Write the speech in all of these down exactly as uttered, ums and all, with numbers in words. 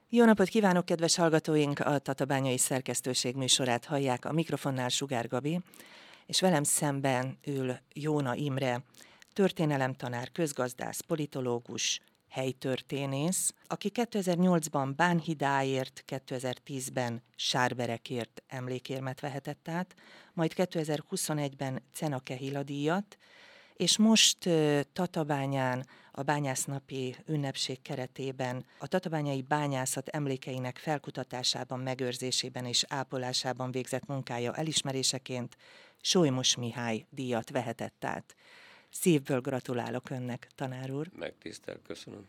Jó napot kívánok, kedves hallgatóink! A Tatabányai Szerkesztőség műsorát hallják, a mikrofonnál Sugár Gabi, és velem szemben ül Jóna Imre, történelemtanár, közgazdász, politológus, helytörténész, aki kétezer-nyolcban Bánhidáért, kétezer-tízben Sárberekért emlékérmet vehetett át, majd kétezer-huszonegyben Cena-Kehila díjat, és most uh, Tatabányán a bányásznapi ünnepség keretében a tatabányai bányászat emlékeinek felkutatásában, megőrzésében és ápolásában végzett munkája elismeréseként Solymos Mihály díjat vehetett át. Szívből gratulálok önnek, tanár úr. Megtisztel, köszönöm.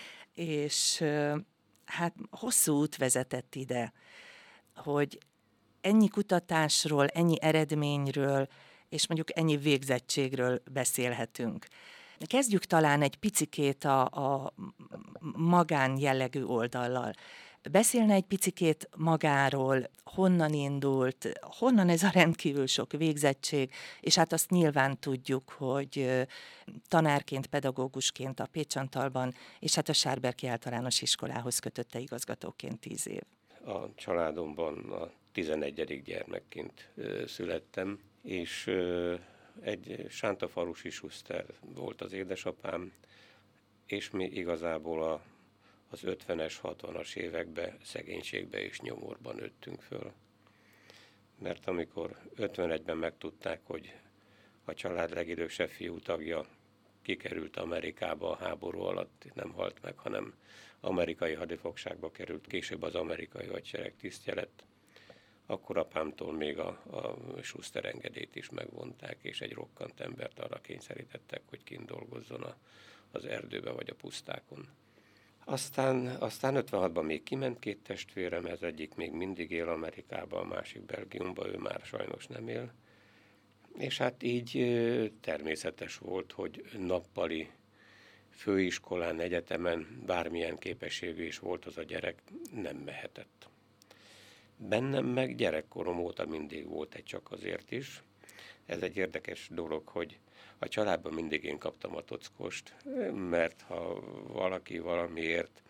És uh, hát hosszú út vezetett ide, hogy ennyi kutatásról, ennyi eredményről, és mondjuk ennyi végzettségről beszélhetünk. Kezdjük talán egy picikét a, a magán jellegű oldallal. Beszélne egy picikét magáról, honnan indult, honnan ez a rendkívül sok végzettség, és hát azt nyilván tudjuk, hogy tanárként, pedagógusként a Pécsantalban, és hát a Sárberki Általános Iskolához kötötte igazgatóként tíz év. A családomban a tizenegyedik gyermekként születtem, és egy sántafalusi Schuster volt az édesapám, és mi igazából a, az ötvenes, hatvanas években szegénységbe és nyomorban nőttünk föl. Mert amikor ötvenegyben megtudták, hogy a család legidősebb fiú tagja kikerült Amerikába a háború alatt, nem halt meg, hanem amerikai hadifogságba került, később az amerikai hadsereg tisztje lett, akkor apámtól még a, a Schuster engedélyt is megvonták, és egy rokkant embert arra kényszerítettek, hogy kint dolgozzon a, az erdőbe vagy a pusztákon. Aztán, aztán ötvenhatban még kiment két testvérem, ez egyik még mindig él Amerikában, a másik Belgiumban, ő már sajnos nem él. És hát így természetes volt, hogy nappali főiskolán, egyetemen, bármilyen képességű is volt az a gyerek, nem mehetett. Bennem meg gyerekkorom óta mindig volt egy csak azért is. Ez egy érdekes dolog, hogy a családban mindig én kaptam a tockost, mert ha valaki valamiért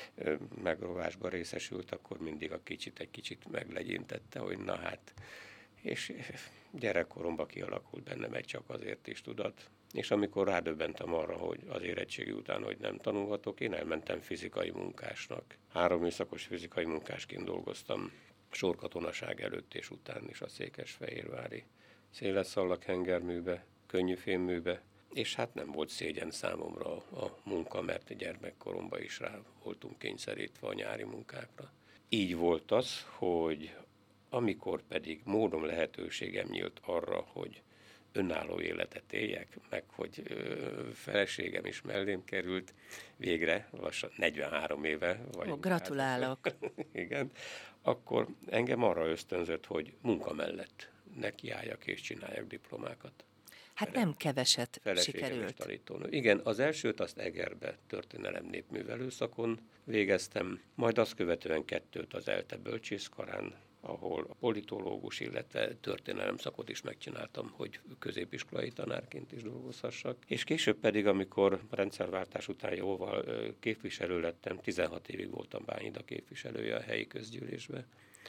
megrovásba részesült, akkor mindig a kicsit egy kicsit meglegyintette, hogy na hát. És gyerekkoromban kialakult bennem egy csak azért is tudat. És amikor rádöbbentem arra, hogy az érettségi után, hogy nem tanulhatok, én elmentem fizikai munkásnak. Három műszakos fizikai munkásként dolgoztam sorkatonaság előtt és után is a székesfehérvári széles hengerműbe, könnyűfémműbe, és hát nem volt szégyen számomra a munka, mert gyermekkoromban is rá voltunk kényszerítve a nyári munkákra. Így volt az, hogy amikor pedig módom lehetőségem nyílt arra, hogy önálló életet éljek, meg hogy ö, feleségem is mellém került, végre, lassan negyvenhárom éve vagyunk. Ó, gratulálok! Hát, igen, akkor engem arra ösztönzött, hogy munka mellett nekiálljak és csináljak diplomákat. Hát Fele, nem keveset sikerült. Tanítónő. Igen, az elsőt azt Egerbe történelem népművelő szakon végeztem, majd azt követően kettőt az ELTE bölcsészkarán, ahol a politológus, illetve történelem szakot is megcsináltam, hogy középiskolai tanárként is dolgozhassak. És később pedig, amikor rendszerváltás után jóval képviselő lettem, tizenhat évig voltam Bánhida képviselője a helyi közgyűlésbe,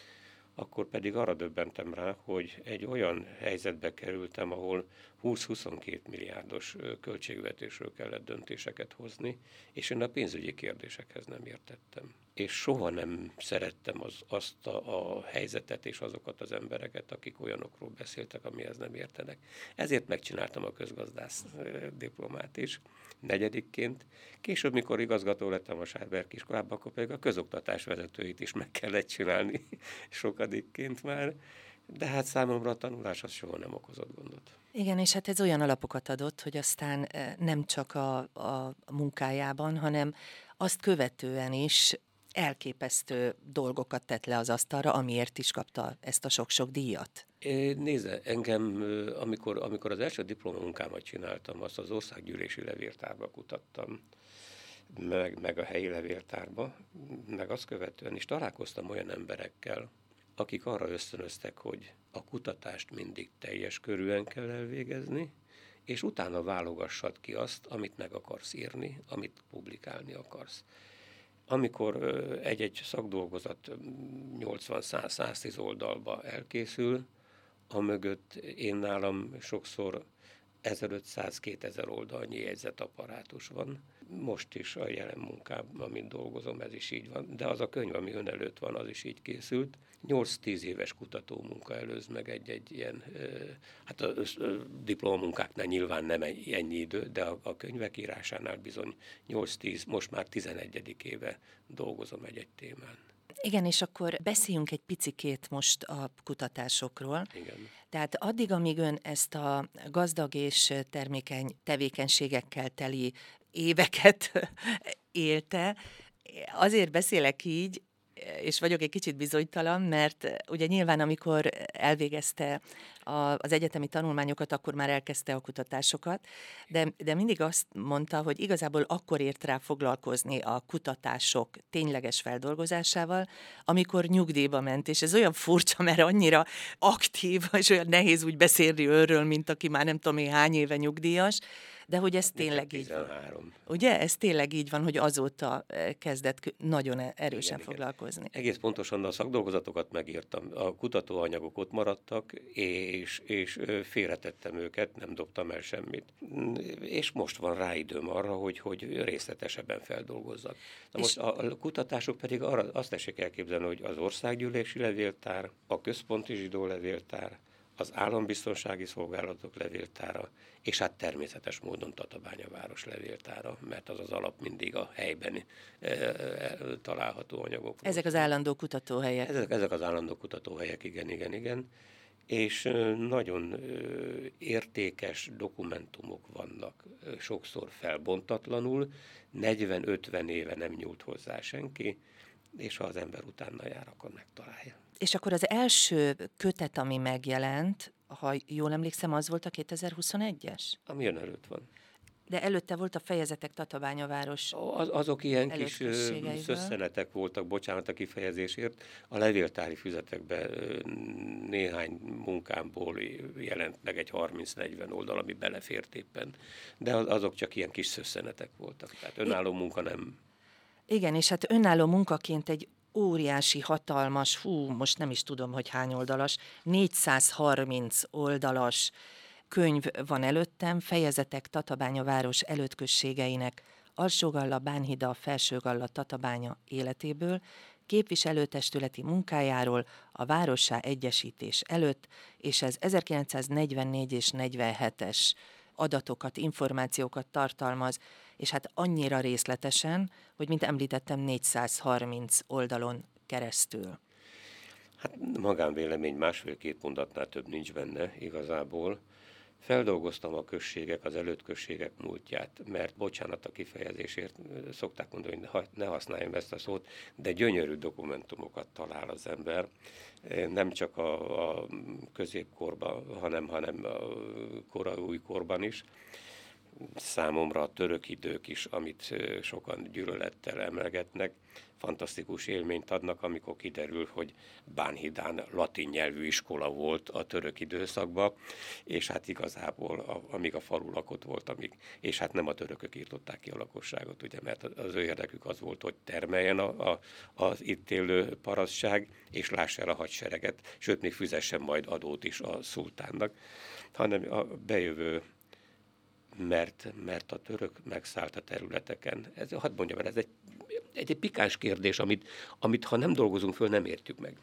akkor pedig arra döbbentem rá, hogy egy olyan helyzetbe kerültem, ahol húsz-huszonkettő milliárdos költségvetésről kellett döntéseket hozni, és én a pénzügyi kérdésekhez nem értettem. És soha nem szerettem az, azt a, a helyzetet és azokat az embereket, akik olyanokról beszéltek, amihez nem értenek. Ezért megcsináltam a közgazdász diplomát is, negyedikként. Később, mikor igazgató lettem a Sárberki iskolában, akkor pedig a közoktatás vezetőit is meg kellett csinálni sokadikként már. De hát számomra a tanulás az soha nem okozott gondot. Igen, és hát ez olyan alapokat adott, hogy aztán nem csak a, a munkájában, hanem azt követően is elképesztő dolgokat tett le az asztalra, amiért is kapta ezt a sok-sok díjat. Nézze, engem, amikor, amikor az első diplomamunkámat csináltam, azt az országgyűlési levéltárba kutattam, meg, meg a helyi levéltárba, meg azt követően is találkoztam olyan emberekkel, akik arra ösztönöztek, hogy a kutatást mindig teljes körűen kell elvégezni, és utána válogassad ki azt, amit meg akarsz írni, amit publikálni akarsz. Amikor egy-egy szakdolgozat nyolcvan-száz-száztíz oldalba elkészül, amögött én nálam sokszor ezerötszáz-kétezer oldalnyi jegyzetapparátus van. Most is a jelen munkában, amit dolgozom, ez is így van. De az a könyv, ami ön előtt van, az is így készült. nyolc-tíz éves kutatómunka előz meg egy-egy ilyen, hát a diplomamunkáknál nyilván nem ennyi idő, de a, a könyvek írásánál bizony nyolc-tíz, most már tizenegyedik éve dolgozom egy-egy témán. Igen, és akkor beszéljünk egy picikét most a kutatásokról. Igen. Tehát addig, amíg ön ezt a gazdag és termékeny tevékenységekkel teli éveket élte, azért beszélek így, és vagyok egy kicsit bizonytalan, mert ugye nyilván, amikor elvégezte a, az egyetemi tanulmányokat, akkor már elkezdte a kutatásokat, de, de mindig azt mondta, hogy igazából akkor ért rá foglalkozni a kutatások tényleges feldolgozásával, amikor nyugdíjba ment, és ez olyan furcsa, mert annyira aktív, és olyan nehéz úgy beszélni őről, mint aki már nem tudom én hány éve nyugdíjas, de hogy ez tényleg így van. Ugye? Ez tényleg így van, hogy azóta kezdett nagyon erősen igen, foglalkozni. Igen. Egész pontosan a szakdolgozatokat megírtam. A kutatóanyagok ott maradtak, és, és félretettem őket, nem dobtam el semmit. És most van rá időm arra, hogy, hogy részletesebben feldolgozzak. Na most a kutatások pedig arra, azt tessék elképzelni, hogy az országgyűlési levéltár, a központi zsidó levéltár, az állambiztonsági szolgálatok levéltára, és hát természetes módon Tatabánya város levéltára, mert az az alap mindig a helyben e, e, található anyagok. Ezek az állandó kutatóhelyek. Ezek, ezek az állandó kutatóhelyek, igen, igen, igen. És nagyon értékes dokumentumok vannak, sokszor felbontatlanul, negyven-ötven éve nem nyúlt hozzá senki, és ha az ember utána jár, akkor megtalálja. És akkor az első kötet, ami megjelent, ha jól emlékszem, az volt a kétezer-huszonegyes? Ami ön előtt van. De előtte volt a Fejezetek Tatabánya város. Az, azok ilyen kis szösszenetek voltak, bocsánat a kifejezésért. A levéltári füzetekben néhány munkámból jelent meg egy harminc-negyven oldal, ami belefért éppen. De azok csak ilyen kis szösszenetek voltak. Tehát önálló munka nem. Igen, és hát önálló munkaként egy óriási, hatalmas, hú, most nem is tudom, hogy hány oldalas, négyszázharminc oldalas könyv van előttem, Fejezetek Tatabánya város előtt-községeinek, Alsógalla, Bánhida, Felsőgalla, Tatabánya életéből, képviselőtestületi munkájáról a várossá egyesítés előtt, és ez ezerkilencszáznegyvennégy és negyvenhetes adatokat, információkat tartalmaz, és hát annyira részletesen, hogy mint említettem, négyszázharminc oldalon keresztül. Hát magánvélemény másfél-két mondatnál több nincs benne igazából. Feldolgoztam a községek, az előtt-községek múltját, mert bocsánat a kifejezésért, szokták mondani, hogy ne használjam ezt a szót, de gyönyörű dokumentumokat talál az ember, nem csak a, a középkorban, hanem, hanem a korai újkorban is. Számomra a török idők is, amit sokan gyűlölettel emlegetnek, fantasztikus élményt adnak, amikor kiderül, hogy Bánhidán latin nyelvű iskola volt a török időszakban, és hát igazából a, amíg a falu lakott volt, amíg, és hát nem a törökök írtották ki a lakosságot, ugye, mert az ő érdekük az volt, hogy termeljen a, a, az itt élő parasztság, és lássa el a hadsereget, sőt, még fizessen majd adót is a szultánnak, hanem a bejövő Mert, mert a török megszállt a területeken. Ez, hadd mondjam el, ez egy, egy, egy pikáns kérdés, amit, amit ha nem dolgozunk föl, nem értjük meg.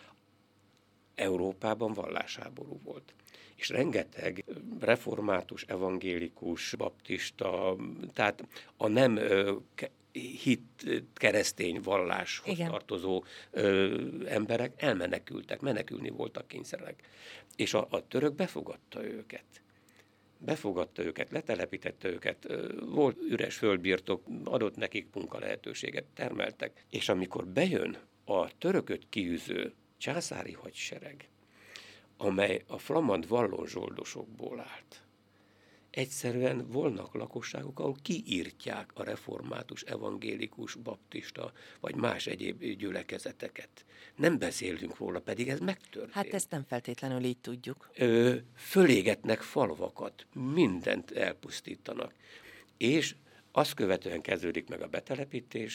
Európában vallásháború volt. És rengeteg református, evangélikus, baptista, tehát a nem hit, keresztény valláshoz igen. tartozó ö, emberek elmenekültek, menekülni voltak kényszerek. És a, a török befogadta őket. Befogadta őket, letelepítette őket, volt üres földbirtok, adott nekik munka lehetőséget, termeltek. És amikor bejön a törököt kiűző császári hadsereg, amely a flamand vallonzsoldosokból állt, egyszerűen volnak lakosságok, ahol kiírtják a református, evangélikus, baptista, vagy más egyéb gyülekezeteket. Nem beszélünk róla, pedig ez megtörtént. Hát ezt nem feltétlenül így tudjuk. Ö, fölégetnek falvakat, mindent elpusztítanak. És azt követően kezdődik meg a betelepítés,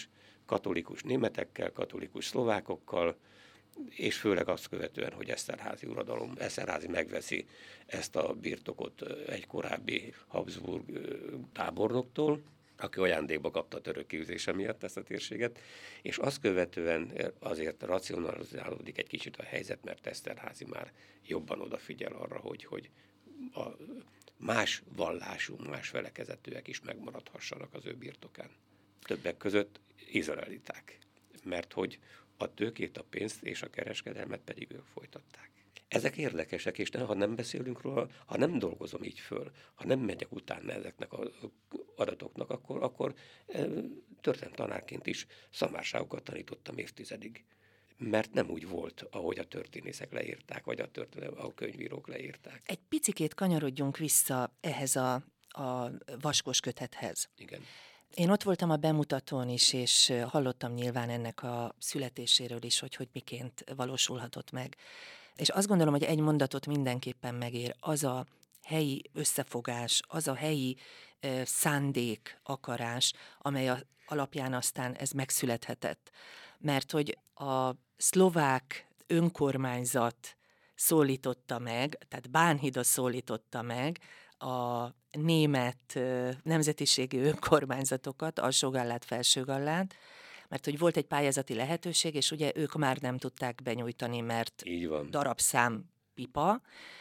katolikus németekkel, katolikus szlovákokkal, és főleg azt követően, hogy Eszterházy uradalom, Eszterházy megveszi ezt a birtokot egy korábbi Habsburg tábornoktól, aki ajándékba kapta a török kiűzése miatt ezt a térséget, és azt követően azért racionalizálódik egy kicsit a helyzet, mert Eszterházy már jobban odafigyel arra, hogy, hogy a más vallású, más felekezetűek is megmaradhassanak az ő birtokán. Többek között izraeliták, mert hogy a tőkét, a pénzt és a kereskedelmet pedig ők folytatták. Ezek érdekesek, és ha nem beszélünk róla, ha nem dolgozom így föl, ha nem megyek utána ezeknek az adatoknak, akkor, akkor történet tanárként is szamárságokat tanítottam évtizedig. Mert nem úgy volt, ahogy a történészek leírták, vagy a, történet, a könyvírók leírták. Egy picikét kanyarodjunk vissza ehhez a, a vaskos kötethez. Igen. Én ott voltam a bemutatón is, és hallottam nyilván ennek a születéséről is, hogy hogy miként valósulhatott meg. És azt gondolom, hogy egy mondatot mindenképpen megér, az a helyi összefogás, az a helyi ö, szándék, akarás, amely a, alapján aztán ez megszülethetett. Mert hogy a szlovák önkormányzat szólította meg, tehát Bánhida szólította meg a német nemzetiségi önkormányzatokat, Alsó-Gallát, Felső-Gallát, mert hogy volt egy pályázati lehetőség, és ugye ők már nem tudták benyújtani, mert Így van. darabszám pipa,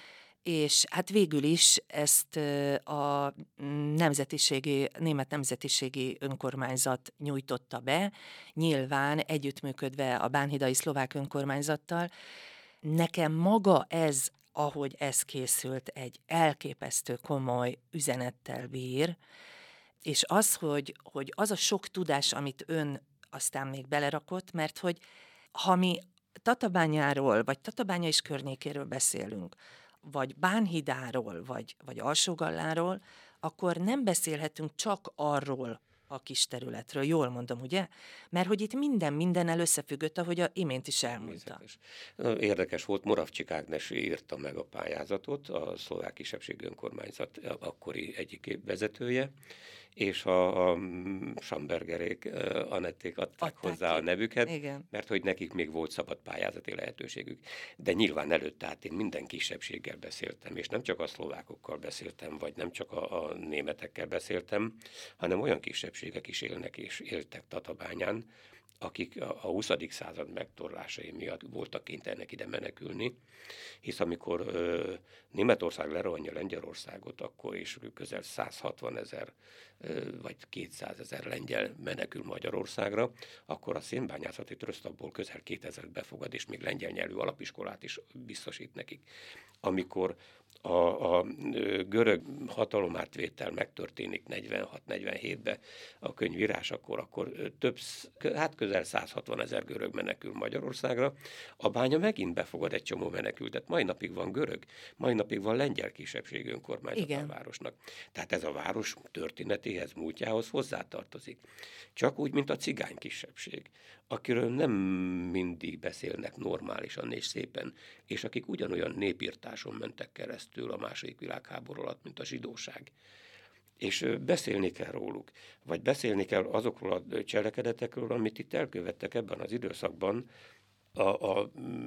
és hát végül is ezt a nemzetiségi, német nemzetiségi önkormányzat nyújtotta be, nyilván együttműködve a bánhidai szlovák önkormányzattal. Nekem maga ez, ahogy ez készült, egy elképesztő komoly üzenettel bír, és az, hogy, hogy az a sok tudás, amit ön aztán még belerakott, mert hogy ha mi Tatabányáról, vagy Tatabánya és környékéről beszélünk, vagy Bánhidáról, vagy, vagy Alsó-Galláról, akkor nem beszélhetünk csak arról a kis területről. Jól mondom, ugye? Mert hogy itt minden mindennel összefüggött, ahogy a imént is elmondta. Érdekes volt, Moravcsik Ágnes írta meg a pályázatot, a szlovák kisebbségi önkormányzat akkori egyik vezetője, és a, a Schambergerék, Anették adták Adták hozzá ki. a nevüket, Igen. mert hogy nekik még volt szabad pályázati lehetőségük. De nyilván előtte át én minden kisebbséggel beszéltem, és nem csak a szlovákokkal beszéltem, vagy nem csak a, a németekkel beszéltem, hanem olyan kisebbségek is élnek és éltek Tatabányán, akik a huszadik század megtorlásai miatt voltak kénytelenek ide menekülni, hisz amikor ö, Németország lerohanja Lengyelországot, akkor is közel száz hatvan ezer vagy kétszázezer lengyel menekül Magyarországra, akkor a szénbányászati tröszt abból közel kétezer befogad, és még lengyel nyelvű alapiskolát is biztosít nekik. Amikor a, a görög hatalomátvétel megtörténik negyvenhat negyvenhétben a könyvírás, akkor, akkor több, hát közel száz hatvan ezer görög menekül Magyarországra. A bánya megint befogad egy csomó menekültet. Mai napig van görög, mai napig van lengyel kisebbség önkormányzat a városnak. Tehát ez a város történetéhez, múltjához hozzátartozik. Csak úgy, mint a cigány kisebbség, akiről nem mindig beszélnek normálisan és szépen, és akik ugyanolyan népírtáson mentek keresztül a második világháború alatt, mint a zsidóság. És beszélni kell róluk, vagy beszélni kell azokról a cselekedetekről, amit itt elkövettek ebben az időszakban a, a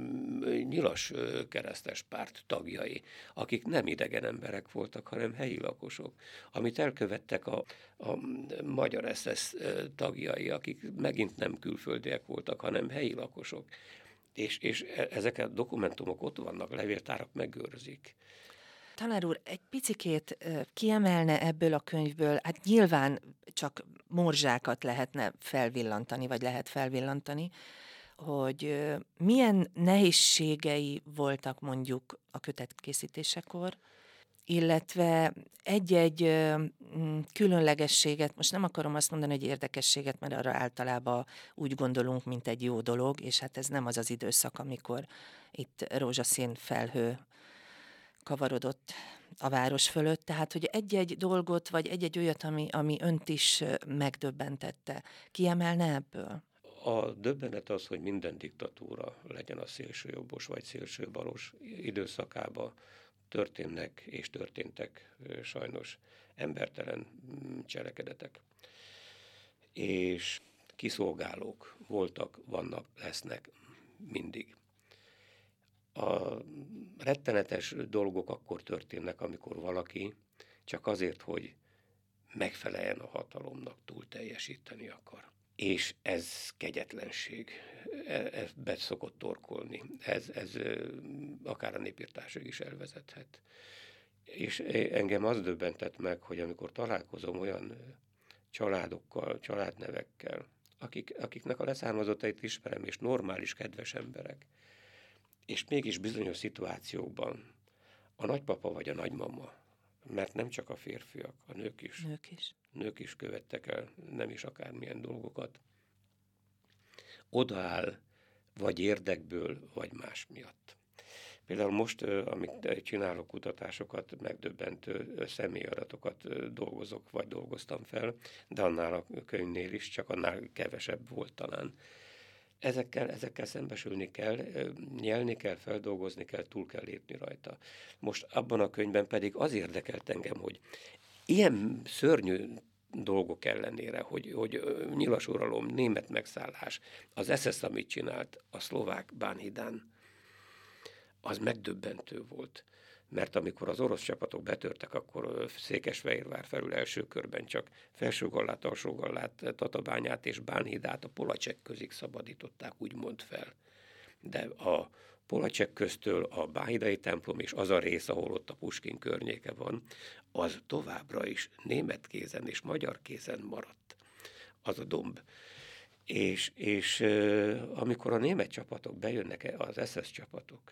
nyilas keresztes párt tagjai, akik nem idegen emberek voltak, hanem helyi lakosok, amit elkövettek a, a magyar es es tagjai, akik megint nem külföldiek voltak, hanem helyi lakosok. És, és ezek a dokumentumok ott vannak, levéltárak megőrzik. Tanár úr, egy picikét kiemelne ebből a könyvből, hát nyilván csak morzsákat lehetne felvillantani, vagy lehet felvillantani, hogy milyen nehézségei voltak mondjuk a kötet készítésekor, illetve egy-egy különlegességet, most nem akarom azt mondani, hogy érdekességet, mert arra általában úgy gondolunk, mint egy jó dolog, és hát ez nem az az időszak, amikor itt rózsaszín felhő kavarodott a város fölött, tehát hogy egy-egy dolgot, vagy egy-egy olyat, ami, ami önt is megdöbbentette, kiemelne ebből? A döbbenet az, hogy minden diktatúra, legyen a szélsőjobbos vagy szélsőbalos időszakában történnek és történtek sajnos embertelen cselekedetek. És kiszolgálók voltak, vannak, lesznek mindig. A rettenetes dolgok akkor történnek, amikor valaki csak azért, hogy megfeleljen a hatalomnak, túl teljesíteni akar. És ez kegyetlenség, ez be szokott torkolni, ez, ez akár a népirtásig is elvezethet. És engem az döbbentett meg, hogy amikor találkozom olyan családokkal, családnevekkel, akik, akiknek a leszármazottait ismerem, és normális, kedves emberek, és mégis bizonyos szituációkban a nagypapa vagy a nagymama, mert nem csak a férfiak, a nők is, nők is, nők is követtek el nem is akármilyen dolgokat, odaáll, vagy érdekből, vagy más miatt. Például most, amit csinálok kutatásokat, megdöbbentő személyadatokat dolgozok, vagy dolgoztam fel, de annál a könyvnél is csak annál kevesebb volt talán. Ezekkel, ezekkel szembesülni kell, nyelni kell, feldolgozni kell, túl kell lépni rajta. Most abban a könyvben pedig az érdekelt engem, hogy ilyen szörnyű dolgok ellenére, hogy, hogy nyilasuralom, német megszállás, az es es amit csinált a szlovák Bánhidán, az megdöbbentő volt. Mert amikor az orosz csapatok betörtek, akkor Székesfehérvár felül első körben csak Felsőgallát, Alsógallát, Tatabányát és Bánhidát a Polacsek közig szabadították, úgymond fel. De a Polacsek köztől a Bánhidai templom és az a rész, ahol ott a Puskin környéke van, az továbbra is német kézen és magyar kézen maradt. Az a domb. És, és amikor a német csapatok bejönnek, az es es csapatok,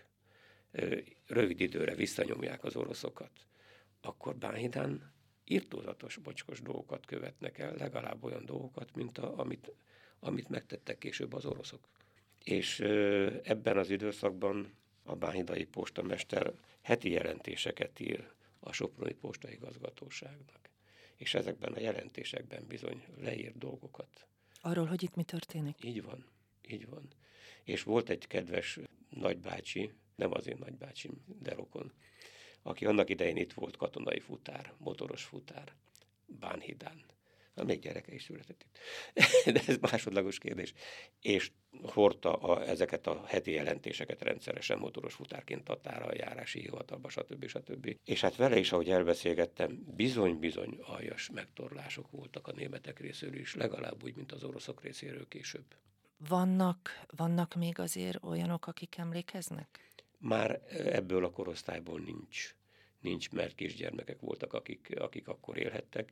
rövid időre visszanyomják az oroszokat, akkor Bánhidán irtózatos, bocskos dolgokat követnek el, legalább olyan dolgokat, mint a, amit, amit megtettek később az oroszok. És ebben az időszakban a bánhidai postamester heti jelentéseket ír a soproni postaigazgatóságnak. És ezekben a jelentésekben bizony leír dolgokat. Arról, hogy itt mi történik? Így van, így van. És volt egy kedves nagybácsi, nem az én nagybácsim, de rokon, aki annak idején itt volt katonai futár, motoros futár, Bánhidán. Még gyereke is született itt. De ez másodlagos kérdés. És hordta a, ezeket a heti jelentéseket rendszeresen motoros futárként Tatára, a járási hivatalba, stb. stb. És hát vele is, ahogy elbeszélgettem, bizony-bizony aljas megtorlások voltak a németek részéről is, legalább úgy, mint az oroszok részéről később. Vannak, vannak még azért olyanok, akik emlékeznek? Már ebből a korosztályból nincs, nincs mert kisgyermekek voltak, akik, akik akkor élhettek.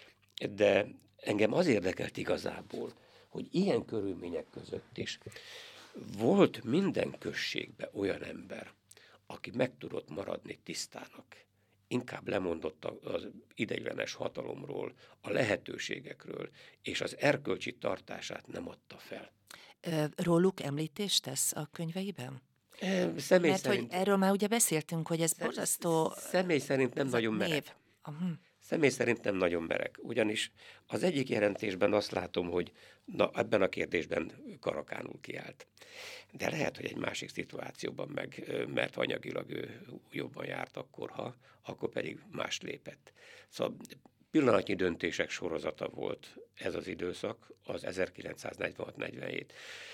De engem az érdekelt igazából, hogy ilyen körülmények között is volt minden községben olyan ember, aki meg tudott maradni tisztának. Inkább lemondott az ideiglenes hatalomról, a lehetőségekről, és az erkölcsi tartását nem adta fel. Róluk említést tesz a könyveiben? Személy Mert szerint, hogy erről már ugye beszéltünk, hogy ez borzasztó... Személy szerint nem nagyon merek. Uh-huh. Személy szerint nem nagyon merek, ugyanis az egyik jelentésben azt látom, hogy na, ebben a kérdésben karakánul kiállt. De lehet, hogy egy másik szituációban meg, mert anyagilag ő jobban járt akkor, ha, akkor pedig más lépett. Szóval pillanatnyi döntések sorozata volt ez az időszak, az ezerkilencszáznegyvenhat negyvenhét.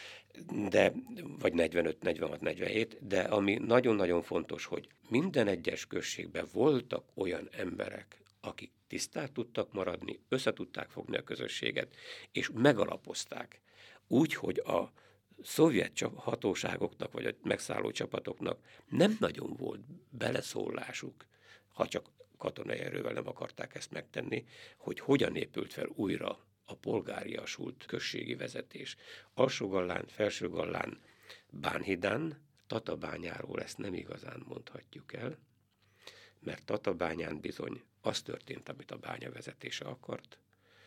De, vagy negyvenöt negyvenhat negyvenhét, de ami nagyon-nagyon fontos, hogy minden egyes községben voltak olyan emberek, akik tisztát tudtak maradni, össze tudták fogni a közösséget, és megalapozták. Úgy, hogy a szovjet hatóságoknak, vagy a megszálló csapatoknak nem nagyon volt beleszólásuk, ha csak katonai erővel nem akarták ezt megtenni, hogy hogyan épült fel újra a polgáriasult községi vezetés. Alsógallán, Felsőgallán, Bánhidán, Tatabányáról ezt nem igazán mondhatjuk el, mert Tatabányán bizony az történt, amit a bányavezetése akart,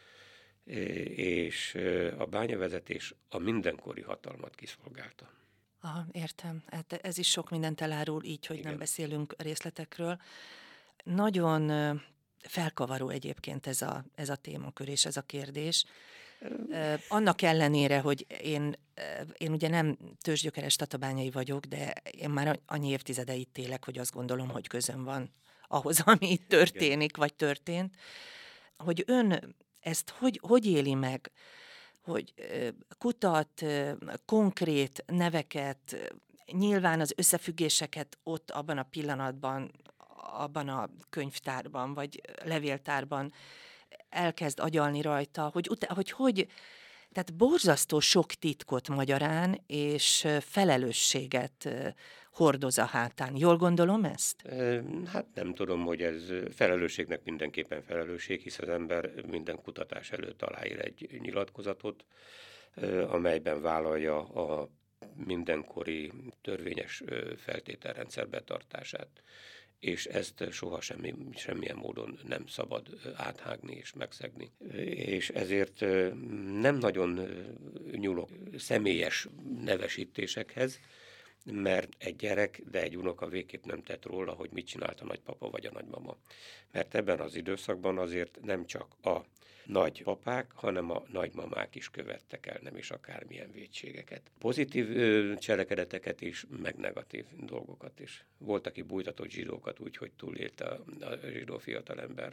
és a bányavezetés a mindenkori hatalmat kiszolgálta. Aha, értem. Hát ez is sok mindent elárul, így, hogy Igen. nem beszélünk részletekről. Nagyon felkavaró egyébként ez a, ez a témakör és ez a kérdés. Annak ellenére, hogy én, én ugye nem tőzsgyökeres tatabányai vagyok, de én már annyi évtizede itt élek, hogy azt gondolom, hogy közöm van ahhoz, ami itt történik, vagy történt. Hogy ön ezt hogy, hogy éli meg, hogy kutat, konkrét neveket, nyilván az összefüggéseket ott abban a pillanatban, abban a könyvtárban, vagy levéltárban elkezd agyalni rajta, hogy utána, hogy, hogy tehát borzasztó sok titkot magyarán, és felelősséget hordoz a hátán. Jól gondolom ezt? Hát nem tudom, hogy ez felelősségnek mindenképpen felelősség, hisz az ember minden kutatás előtt aláír egy nyilatkozatot, amelyben vállalja a mindenkori törvényes feltételrendszer betartását. És ezt soha semmi, semmilyen módon nem szabad áthágni és megszegni. És ezért nem nagyon nyúlok személyes nevesítésekhez, mert egy gyerek, de egy unoka végképp nem tett róla, hogy mit csinált a nagypapa vagy a nagymama. Mert ebben az időszakban azért nem csak a nagypapák, hanem a nagymamák is követtek el, nem is akármilyen vétségeket. Pozitív ö, cselekedeteket is, meg negatív dolgokat is. Volt, aki bújtatott zsidókat úgy, hogy túlélte a, a zsidó fiatalember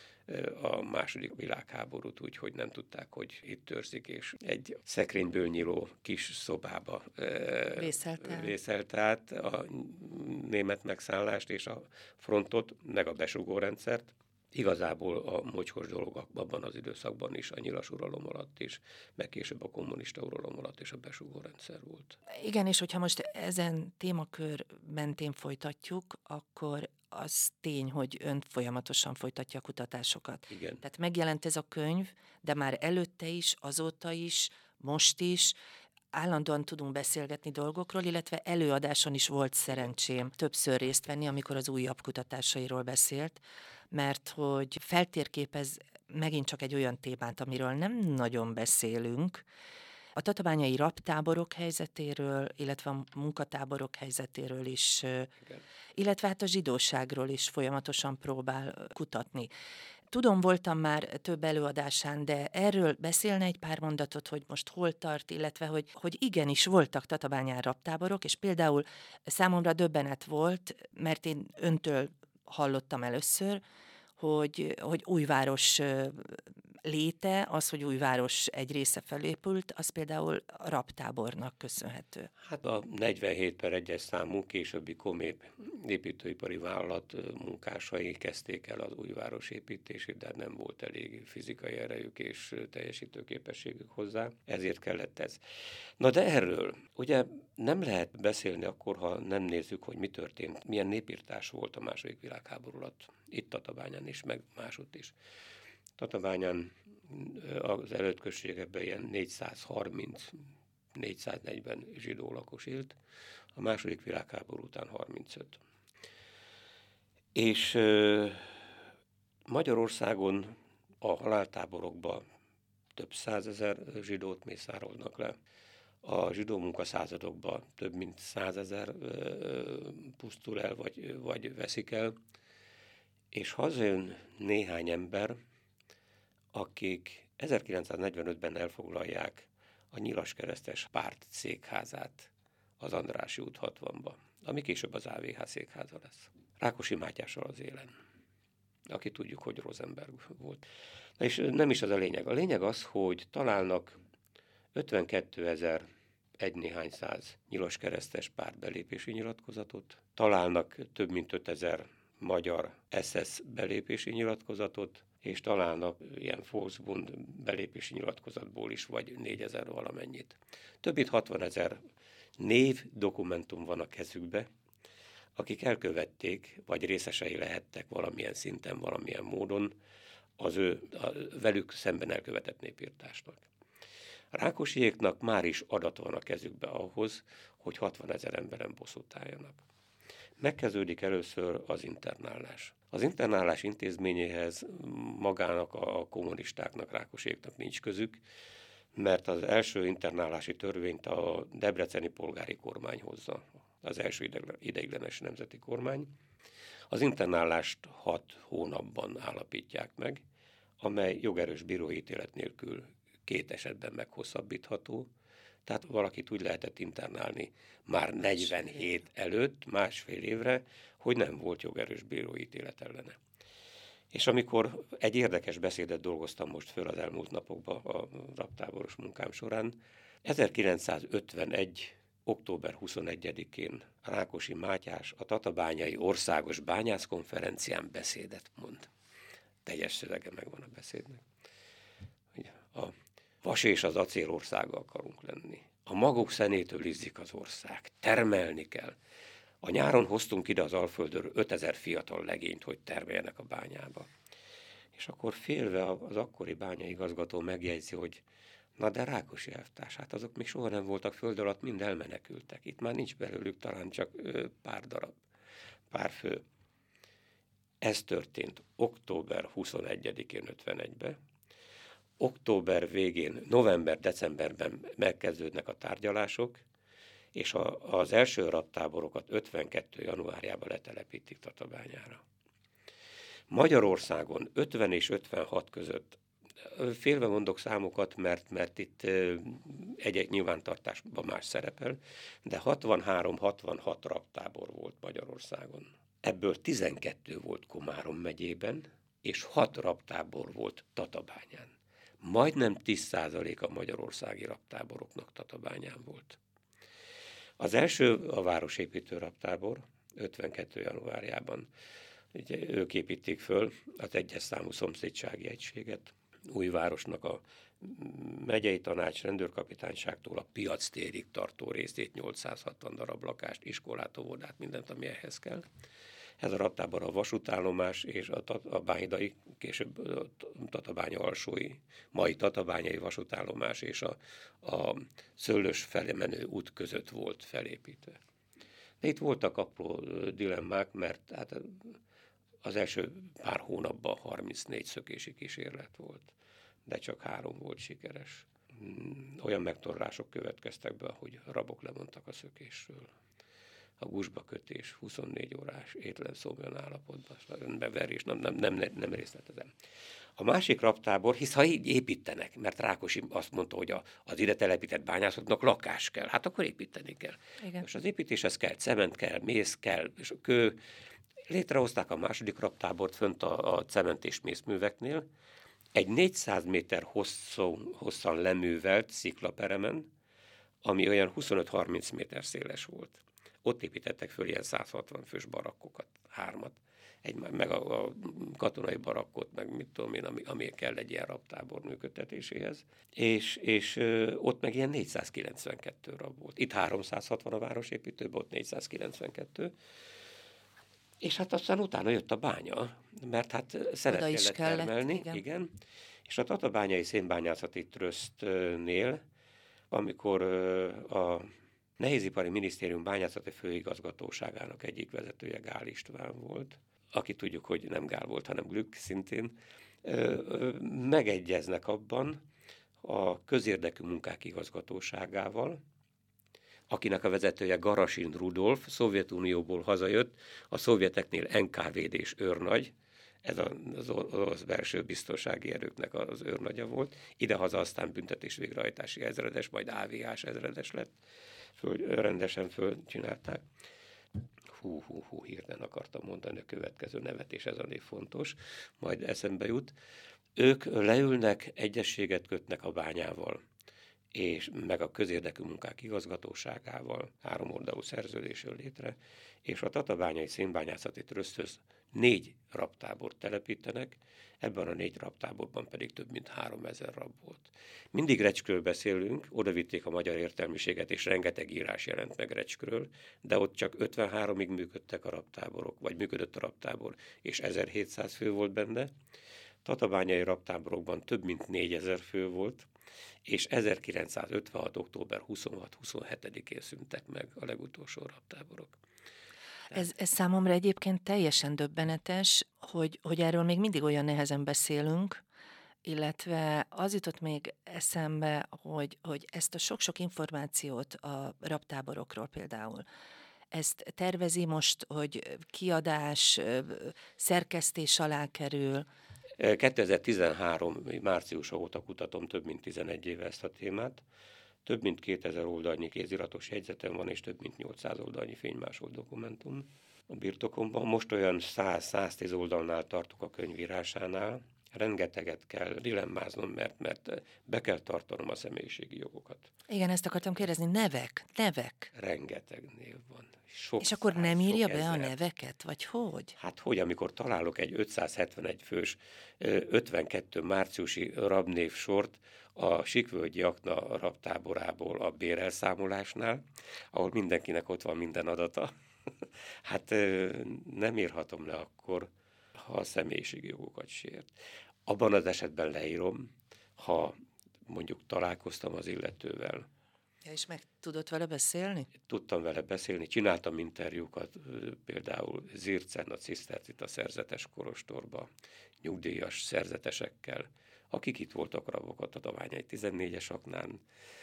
a második világháborút úgy, hogy nem tudták, hogy itt törzik, és egy szekrényből nyíló kis szobába vészelt, vészelt át a német megszállást és a frontot, meg a besugórendszert. Igazából a mocskos dolog abban az időszakban is, a nyilas uralom alatt is, meg később a kommunista uralom alatt is a besugórendszer volt. Igen, és hogyha most ezen témakör mentén folytatjuk, akkor az tény, hogy ön folyamatosan folytatja a kutatásokat. Igen. Tehát megjelent ez a könyv, de már előtte is, azóta is, most is, állandóan tudunk beszélgetni dolgokról, illetve előadáson is volt szerencsém többször részt venni, amikor az újabb kutatásairól beszélt, mert hogy feltérképez megint csak egy olyan témát, amiről nem nagyon beszélünk, a tatabányai raptáborok helyzetéről, illetve a munkatáborok helyzetéről is, igen, illetve hát a zsidóságról is folyamatosan próbál kutatni. Tudom, voltam már több előadásán, de erről beszélne egy pár mondatot, hogy most hol tart, illetve hogy, hogy igenis voltak Tatabányán raptáborok, és például számomra döbbenet volt, mert én öntől hallottam először, hogy, hogy Újváros léte, az, hogy Újváros egy része felépült, az például a raptábornak köszönhető. Hát a negyvenhét per egyes számú későbbi Komép építőipari vállalat munkásai kezdték el az Újváros építését, de nem volt elég fizikai erejük és teljesítőképességük hozzá, ezért kellett ez. Na de erről ugye nem lehet beszélni akkor, ha nem nézzük, hogy mi történt, milyen népirtás volt a második világháború alatt, itt Tatabányán is, meg másutt is. Tatabányán az előtt községekben ilyen négyszázharminc-négyszáznegyven zsidó lakos élt, a második világháború után harmincöt. És Magyarországon a haláltáborokban több százezer zsidót mészárolnak le, a zsidó munkaszázadokban több mint százezer pusztul el, vagy, vagy veszik el, és hazajön néhány ember, akik ezerkilencszáznegyvenötben elfoglalják a Nyilaskeresztes párt székházát az Andrássy út hatvanba, ami később az á vé há székháza lesz. Rákosi Mátyással az élen, aki tudjuk, hogy Rosenberg volt. Na és nem is az a lényeg. A lényeg az, hogy találnak ötvenkétezer egy néhány száz Nyilaskeresztes párt belépési nyilatkozatot, találnak több mint ötezer magyar es es belépési nyilatkozatot, és találnak ilyen Volksbund belépési nyilatkozatból is, vagy négyezer valamennyit. Több mint hatvanezer név, dokumentum van a kezükbe, akik elkövették, vagy részesei lehettek valamilyen szinten, valamilyen módon az ő a velük szemben elkövetett népirtásnak. A Rákosiéknak már is adat van a kezükbe ahhoz, hogy hatvanezer emberen bosszút álljanak. Megkezdődik először az internálás. Az internálás intézményéhez magának a kommunistáknak, Rákosiéknak nincs közük, mert az első internálási törvényt a debreceni polgári kormány hozza, az első ideiglenes nemzeti kormány. Az internálást hat hónapban állapítják meg, amely jogerős bírói ítélet nélkül két esetben meghosszabbítható. Tehát valakit úgy lehetett internálni már negyvenhét előtt, másfél évre, hogy nem volt jogerős bírói ítélet ellene. És amikor egy érdekes beszédet dolgoztam most föl az elmúlt napokban a raptáboros munkám során, ezerkilencszázötvenegy. október huszonegyedikén Rákosi Mátyás a Tatabányai Országos Bányászkonferencián beszédet mond. Teljes szövege megvan a beszédnek. A vas és az acél országa akarunk lenni. A maguk szenétől izzik az ország. Termelni kell. A nyáron hoztunk ide az Alföldről ötezer fiatal legényt, hogy termeljenek a bányába. És akkor félve az akkori bányaigazgató megjegyzi, hogy na de Rákosi elvtárs, hát azok még soha nem voltak föld alatt, mind elmenekültek. Itt már nincs belőlük talán csak pár darab, pár fő. Ez történt október huszonegyedikén ötvenegyben. Október végén, november-decemberben megkezdődnek a tárgyalások, és a, az első raptáborokat ötvenkettő. januárjában letelepítik Tatabányára. Magyarországon ötven és ötvenhat között, félve mondok számokat, mert, mert itt egy-egy nyilvántartásban más szerepel, de hatvanhárom hatvanhat raptábor volt Magyarországon. Ebből tizenkettő volt Komárom megyében, és hat raptábor volt Tatabányán. Majdnem tíz százalék a magyarországi raptáboroknak Tatabányán volt. Az első a városépítő raptábor, ötvenkettő. januárjában. Ugye ők építik föl az egyes számú szomszédsági egységet, Újvárosnak a megyei tanács rendőrkapitányságtól a piac térig tartó részét, nyolcszázhatvan darab lakást, iskolát, óvodát, mindent, ami ehhez kell. Ez a raptábor a vasútállomás és a, a bányai, később a Tatabánya alsói, mai tatabányai vasútállomás és a, a Szőlős felé menő út között volt felépítve. De itt voltak apró dilemmák, mert hát az első pár hónapban harmincnégy szökési kísérlet volt, de csak három volt sikeres. Olyan megtorlások következtek be, hogy rabok lemondtak a szökésről. A gúzsba kötés, huszonnégy órás étlen szomjan állapotban, beverés, nem, nem, nem, nem részletezem. A másik raptábor, hisz ha így építenek, mert Rákosi azt mondta, hogy a, az ide telepített bányászoknak lakás kell, hát akkor építeni kell. Igen. És az építéshez kell cement, kell mész, kell és kő. Létrehozták a második raptábort fönt a, a cement és mészműveknél, egy négyszáz méter hosszú, hosszan leművelt sziklaperemen, ami olyan huszonöt-harminc méter széles volt. Ott építettek föl ilyen száz hatvan fős barakkokat, hármat, egy, meg a, a katonai barakkot, meg mit tudom én, ami, ami kell egy ilyen raptábor működtetéséhez. És, és ö, ott meg ilyen négyszázkilencvenkettő rab volt. Itt háromszázhatvan a városépítőben, ott négyszázkilencvenkettő. És hát aztán utána jött a bánya, mert hát szeret kellett, kellett termelni. Igen. igen. És a Tatabányai Szénbányászati Trösztnél, amikor a Nehézipari Minisztérium Bányászati Főigazgatóságának egyik vezetője Gál István volt, aki tudjuk, hogy nem Gál volt, hanem Glück szintén, megegyeznek abban a közérdekű munkák igazgatóságával, akinek a vezetője Garasin Rudolf, Szovjetunióból hazajött, a szovjeteknél en ká vé dés őrnagy, ez az orosz belső biztonsági erőknek az őrnagya volt, idehaza aztán büntetés végrehajtási ezredes, majd á vé á-s ezredes lett, föl, rendesen fölcsinálták. Hú, hú, hú, hirtelen akartam mondani a következő nevet, és ez a név fontos, majd eszembe jut. Ők leülnek, egyességet kötnek a bányával, és meg a közérdekű munkák igazgatóságával háromoldalú szerződésről létre, és a Tatabányai Szénbányászati Tröszthöz négy raptábort telepítenek, ebben a négy raptáborban pedig több mint háromezer rab volt. Mindig Recskről beszélünk, oda vitték a magyar értelmiséget, és rengeteg írás jelent meg Recskről, de ott csak ötvenháromig működtek a raptáborok, vagy működött a raptábor, és ezerhétszáz fő volt benne. Tatabányai raptáborokban több mint négyezer fő volt, és ezerkilencszázötvenhat. október huszonhat-huszonhetedikén szűntek meg a legutolsó raptáborok. Ez, ez számomra egyébként teljesen döbbenetes, hogy, hogy erről még mindig olyan nehezen beszélünk, illetve az jutott még eszembe, hogy, hogy ezt a sok-sok információt a raptáborokról például, ezt tervezi most, hogy kiadás, szerkesztés alá kerül. kétezer-tizenhárom. márciusa óta kutatom több mint tizenegy éve ezt a témát. Több mint kétezer oldalnyi kéziratos jegyzetem van, és több mint nyolcszáz oldalnyi fénymásolt dokumentum. a birtokomban. Most olyan száz-száztíz oldalnál tartok a könyvírásánál. Rengeteget kell dilemmáznom, mert, mert be kell tartanom a személyiségi jogokat. Igen, ezt akartam kérdezni, nevek, nevek. Rengeteg név van. Sok És akkor száz, nem írja sok be a ezer. neveket, vagy hogy? Hát hogy, amikor találok egy ötszázhetvenegy fős, ötvenkettő márciusi rabnévsort a Sikvölgyi Akna rabtáborából a bérelszámolásnál, ahol mindenkinek ott van minden adata, hát nem írhatom le akkor, ha a személyiségi jogokat sért. Abban az esetben leírom, ha mondjuk találkoztam az illetővel. Ja, és meg tudott vele beszélni? Tudtam vele beszélni, csináltam interjúkat, például Zircen, a Cisztercita szerzetes kolostorba, nyugdíjas szerzetesekkel, akik itt voltak rabokat a Daványai tizennégyes Aknán,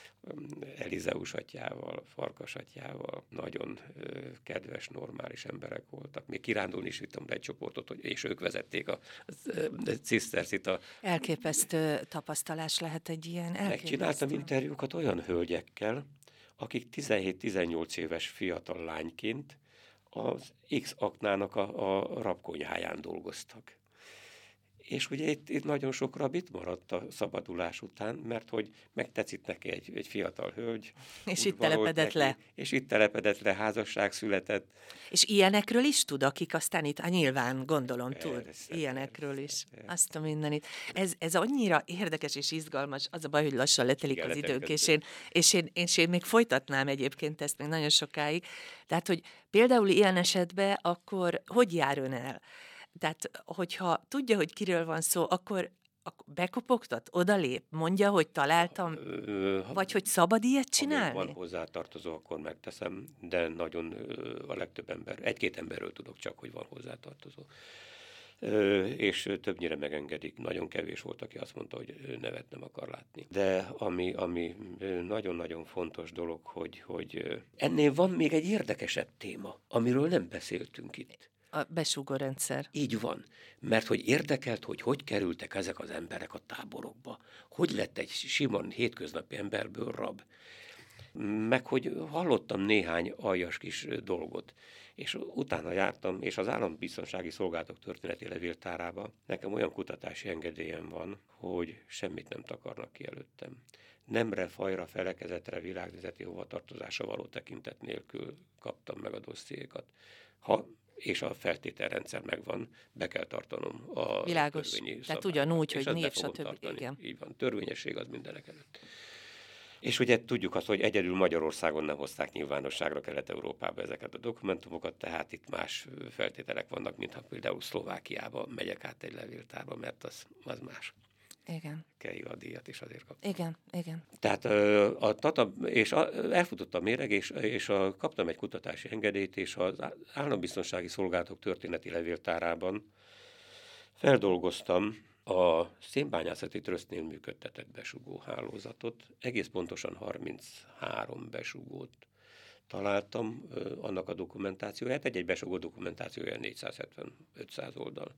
Elizeus atyával, Farkas atyával, nagyon kedves, normális emberek voltak. Még kirándulni is vittem be egy csoportot, és ők vezették a Cisztercita. Elképesztő tapasztalás lehet egy ilyen, elképesztő. Megcsináltam interjúkat olyan hölgyekkel, akik tizenhét-tizennyolc éves fiatal lányként az X aknának a, a rabkonyháján dolgoztak. És ugye itt, itt nagyon sok rab itt maradt a szabadulás után, mert hogy megtetszik neki egy, egy fiatal hölgy. És itt telepedett neki, le. És itt telepedett le, házasság született. És ilyenekről is tud, akik aztán itt, hát nyilván gondolom tud, persze, ilyenekről persze, is. persze. Azt a mindenit. Ez, ez annyira érdekes és izgalmas, az a baj, hogy lassan letelik Igen, az letelik idők, az és én, és, én, és én még folytatnám egyébként ezt még nagyon sokáig. Tehát, hogy például ilyen esetben akkor hogy jár ön el? Tehát, hogyha tudja, hogy kiről van szó, akkor, akkor bekopogtat, odalép, mondja, hogy találtam, Ö, ha, vagy hogy szabad ilyet csinálni? Ha van hozzátartozó, akkor megteszem, de nagyon a legtöbb ember, egy-két emberről tudok csak, hogy van hozzátartozó. Ö, és többnyire megengedik. Nagyon kevés volt, aki azt mondta, hogy nevet nem akar látni. De ami, ami nagyon-nagyon fontos dolog, hogy, hogy ennél van még egy érdekesebb téma, amiről nem beszéltünk itt. A besúgórendszer. Így van, mert hogy érdekelt, hogy hogy kerültek ezek az emberek a táborokba. Hogy lett egy sima hétköznapi emberből rab. Meg hogy hallottam néhány aljas kis dolgot, és utána jártam, és az Állambiztonsági Szolgálatok történeti levéltárába nekem olyan kutatási engedélyem van, hogy semmit nem takarnak ki előttem. Nemre, fajra, felekezetre, világnézeti hovatartozásra való tekintet nélkül kaptam meg a dossziékat. Ha és a feltételrendszer megvan, be kell tartanom a Világos. törvényi Tehát szabályokat. ugyanúgy, És hogy ezt be név, fogom stb. tartani. Igen. Így van, törvényesség az mindenek előtt. És ugye tudjuk azt, hogy egyedül Magyarországon nem hozták nyilvánosságra Kelet-Európába ezeket a dokumentumokat, tehát itt más feltételek vannak, mintha például Szlovákiába megyek át egy levéltárba, mert az, az más. Igen. Keila díjat is azért kaptam. Igen, igen. Tehát a Tata, és a, elfutott a méreg, és, és a, kaptam egy kutatási engedélyt, és az Állambiztonsági Szolgálatok történeti levéltárában feldolgoztam a Szénbányászati Trösztnél működtetett besugó hálózatot. Egész pontosan harminchárom besugót találtam, annak a dokumentációját. Egy-egy besugó dokumentációja négyszázhetven-ötszáz oldal.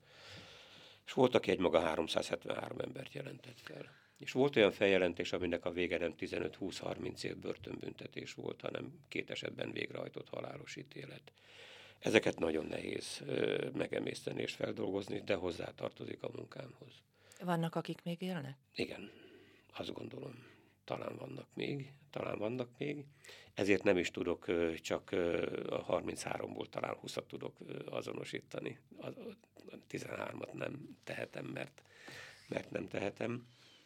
És volt, aki egymaga háromszázhetvenhárom embert jelentett fel. És volt olyan feljelentés, aminek a vége nem tizenöt-húsz-harminc év börtönbüntetés volt, hanem két esetben végrehajtott halálos ítélet. Ezeket nagyon nehéz ö, megemészteni és feldolgozni, de hozzátartozik a munkámhoz. Vannak, akik még élnek? Igen, azt gondolom. Talán vannak még, talán vannak még. Ezért nem is tudok, csak a harmincháromból talán húszat tudok azonosítani. A tizenhármat nem tehetem, mert, mert nem tehetem.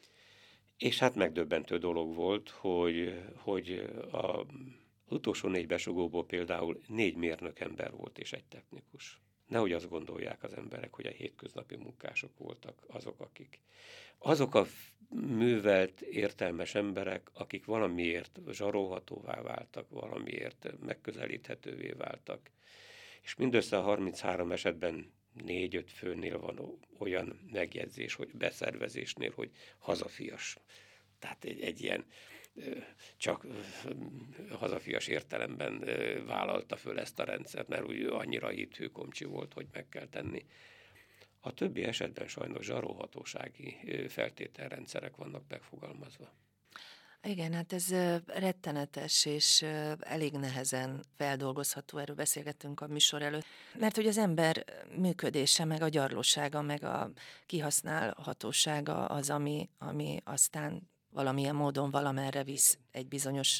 És hát megdöbbentő dolog volt, hogy, hogy a utolsó négy besugóból például négy mérnök ember volt és egy technikus. Nehogy azt gondolják az emberek, hogy a hétköznapi munkások voltak azok, akik. Azok a művelt, értelmes emberek, akik valamiért zsarolhatóvá váltak, valamiért megközelíthetővé váltak. És mindössze a harminchárom esetben négy-öt főnél van olyan megjegyzés, hogy beszervezésnél, hogy hazafias. Tehát egy, egy ilyen csak hazafias értelemben vállalta föl ezt a rendszert, mert úgy annyira hithűkomcsi volt, hogy meg kell tenni. A többi esetben sajnos zsarolhatósági feltételrendszerek vannak megfogalmazva. Igen, hát ez ö, rettenetes és ö, elég nehezen feldolgozható, erről beszélgettünk a műsor előtt, mert hogy az ember működése, meg a gyarlósága, meg a kihasználhatósága az, ami, ami aztán valamilyen módon valamerre visz egy bizonyos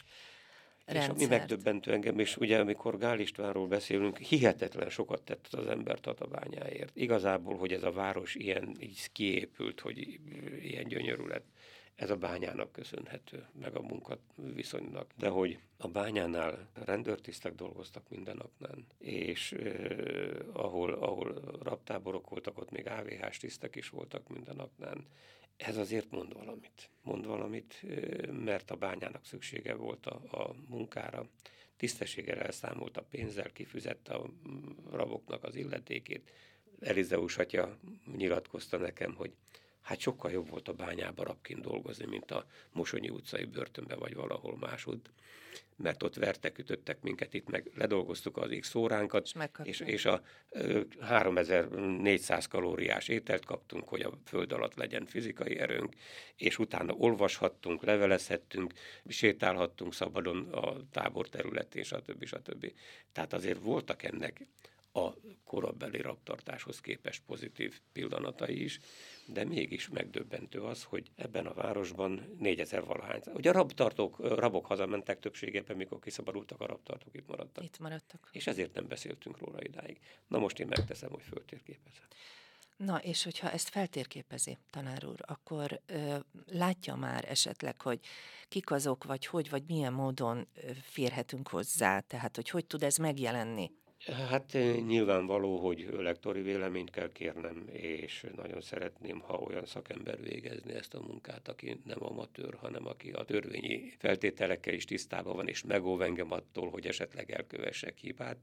És ami rendszert. megdöbbentő engem, és ugye amikor Gál Istvánról beszélünk, hihetetlen sokat tett az ember Tatabányáért. Igazából, hogy ez a város ilyen így kiépült, hogy ilyen gyönyörű lett, ez a bányának köszönhető, meg a munkaviszonynak. De hogy a bányánál rendőrtisztek dolgoztak minden napnál, és eh, ahol, ahol raptáborok voltak, ott még á vé hás tisztek is voltak minden napnál. Ez azért mond valamit. Mond valamit, mert a bányának szüksége volt a, a munkára. Tisztességgel elszámolt a pénzzel, kifizette a raboknak az illetékét. Elizeus atya nyilatkozta nekem, hogy hát sokkal jobb volt a bányába rabként dolgozni, mint a Mosonyi utcai börtönbe, vagy valahol máshogy, mert ott vertek, ütöttek minket, itt meg ledolgoztuk az X óránkat, és, és a ö, háromezer-négyszáz kalóriás ételt kaptunk, hogy a föld alatt legyen fizikai erőnk, és utána olvashattunk, levelezhettünk, sétálhattunk szabadon a tábor területén, stb. stb. Tehát azért voltak ennek a korabeli rabtartáshoz képest pozitív pillanatai is, de mégis megdöbbentő az, hogy ebben a városban négyezer valahány. Ugye a rabtartók, rabok hazamentek többségében, mikor kiszabadultak a rabtartók, itt maradtak. Itt maradtak. És ezért nem beszéltünk róla idáig. Na most én megteszem, hogy föltérképezem. Na, és hogyha ezt feltérképezi, tanár úr, akkor ö, látja már esetleg, hogy kik azok, vagy hogy, vagy milyen módon ö, férhetünk hozzá, tehát hogy hogy tud ez megjelenni? Hát nyilvánvaló, hogy lektori véleményt kell kérnem, és nagyon szeretném, ha olyan szakember végezni ezt a munkát, aki nem amatőr, hanem aki a törvényi feltételekkel is tisztában van, és megóv engem attól, hogy esetleg elkövessek hibát.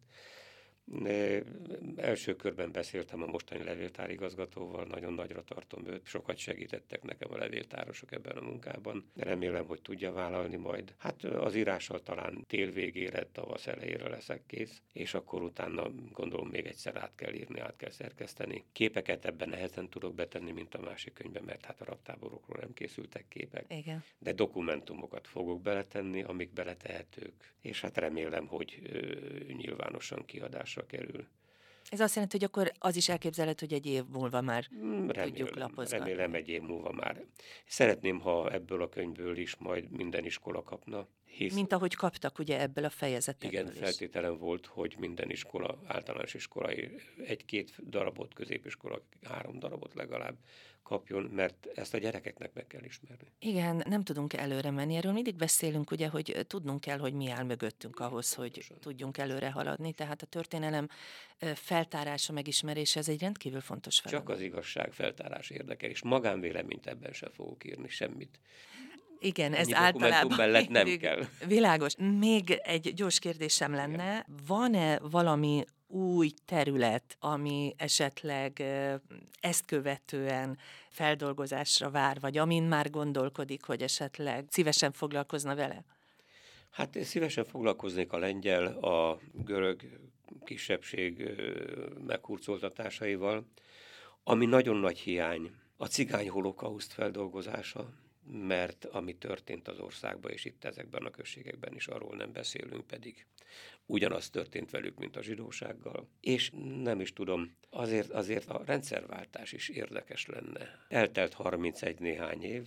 Első körben beszéltem a mostani levéltárigazgatóval, nagyon nagyra tartom őt, sokat segítettek nekem a levéltárosok ebben a munkában. Remélem, hogy tudja vállalni majd. Hát az írással talán tél végére, tavasz elejére leszek kész, és akkor utána gondolom még egyszer át kell írni, át kell szerkeszteni. Képeket ebben nehezen tudok betenni, mint a másik könyvben, mert hát a rabtáborokról nem készültek képek. Igen. De dokumentumokat fogok beletenni, amik beletehetők, és hát remélem, hogy ö, nyilvánosan kiadásra kerül. Ez azt jelenti, hogy akkor az is elképzelhető, hogy egy év múlva már Remélem, tudjuk lapozgatni. remélem egy év múlva már. Szeretném, ha ebből a könyvből is majd minden iskola kapna. Hisz, Mint ahogy kaptak ugye ebből a fejezetből igen, is. feltételem volt, hogy minden iskola, általános iskolai egy-két darabot, középiskola három darabot legalább kapjon, mert ezt a gyerekeknek meg kell ismerni. Igen, nem tudunk előre menni. Erről mindig beszélünk, ugye, hogy tudnunk kell, hogy mi áll mögöttünk ahhoz, hogy Pontosan. tudjunk előre haladni. Tehát a történelem ö, feltárása, megismerése, ez egy rendkívül fontos feladat. Csak az igazság feltárás érdekel, és magánvéleményt ebben sem fogok írni, semmit. Igen, ez Ennyi dokumentum általában mellett nem mindig kell. világos. Még egy gyors kérdésem lenne, van-e valami új terület, ami esetleg ö, ezt követően feldolgozásra vár, vagy amin már gondolkodik, hogy esetleg szívesen foglalkozna vele? Hát én szívesen foglalkoznék a lengyel, a görög kisebbség ö, meghurcoltatásaival, ami nagyon nagy hiány, a cigány holokauszt feldolgozása, mert ami történt az országban, és itt ezekben a községekben is arról nem beszélünk, pedig ugyanaz történt velük, mint a zsidósággal. És nem is tudom, azért, azért a rendszerváltás is érdekes lenne. Eltelt harmincegy néhány év,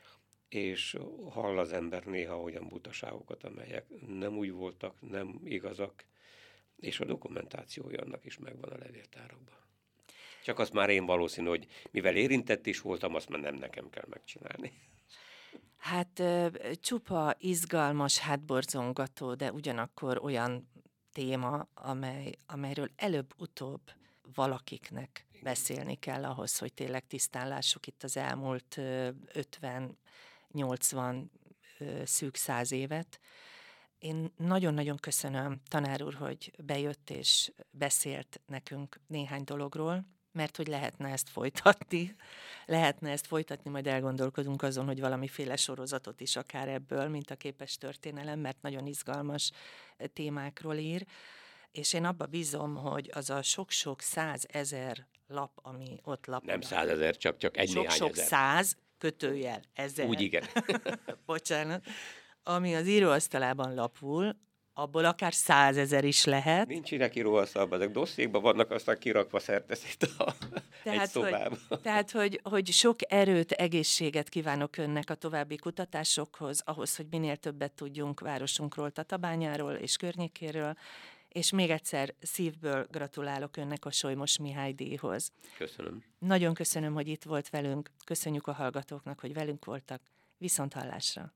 és hall az ember néha olyan butaságokat, amelyek nem úgy voltak, nem igazak, és a dokumentációja annak is megvan a levéltárokban. Csak azt már én valószínű, hogy mivel érintett is voltam, azt már nem nekem kell megcsinálni. Hát ö, csupa izgalmas, hátborzongató, de ugyanakkor olyan téma, amely, amelyről előbb-utóbb valakiknek beszélni kell ahhoz, hogy tényleg tisztán lássuk itt az elmúlt ötven-nyolcvan szűk száz évet. Én nagyon-nagyon köszönöm, tanár úr, hogy bejött és beszélt nekünk néhány dologról, mert hogy lehetne ezt folytatni, lehetne ezt folytatni, majd elgondolkodunk azon, hogy valamiféle sorozatot is akár ebből, mint a képes történelem, mert nagyon izgalmas témákról ír, és én abba bízom, hogy az a sok-sok százezer lap, ami ott lapod. Nem százezer, csak, csak egy néhány Sok-sok ezer. száz, kötőjel, ezer. Úgy igen. Bocsánat. Ami az íróasztalában lapul, abból akár százezer is lehet. Nincs ide íróasztalban, ezek dossziékban vannak, aztán kirakva szerteszét a egy szobába. Hogy, tehát, hogy, hogy sok erőt, egészséget kívánok önnek a további kutatásokhoz, ahhoz, hogy minél többet tudjunk városunkról, Tatabányáról és környékéről, és még egyszer szívből gratulálok önnek a Solymos Mihály díjhoz. Köszönöm. Nagyon köszönöm, hogy itt volt velünk, köszönjük a hallgatóknak, hogy velünk voltak, viszont hallásra.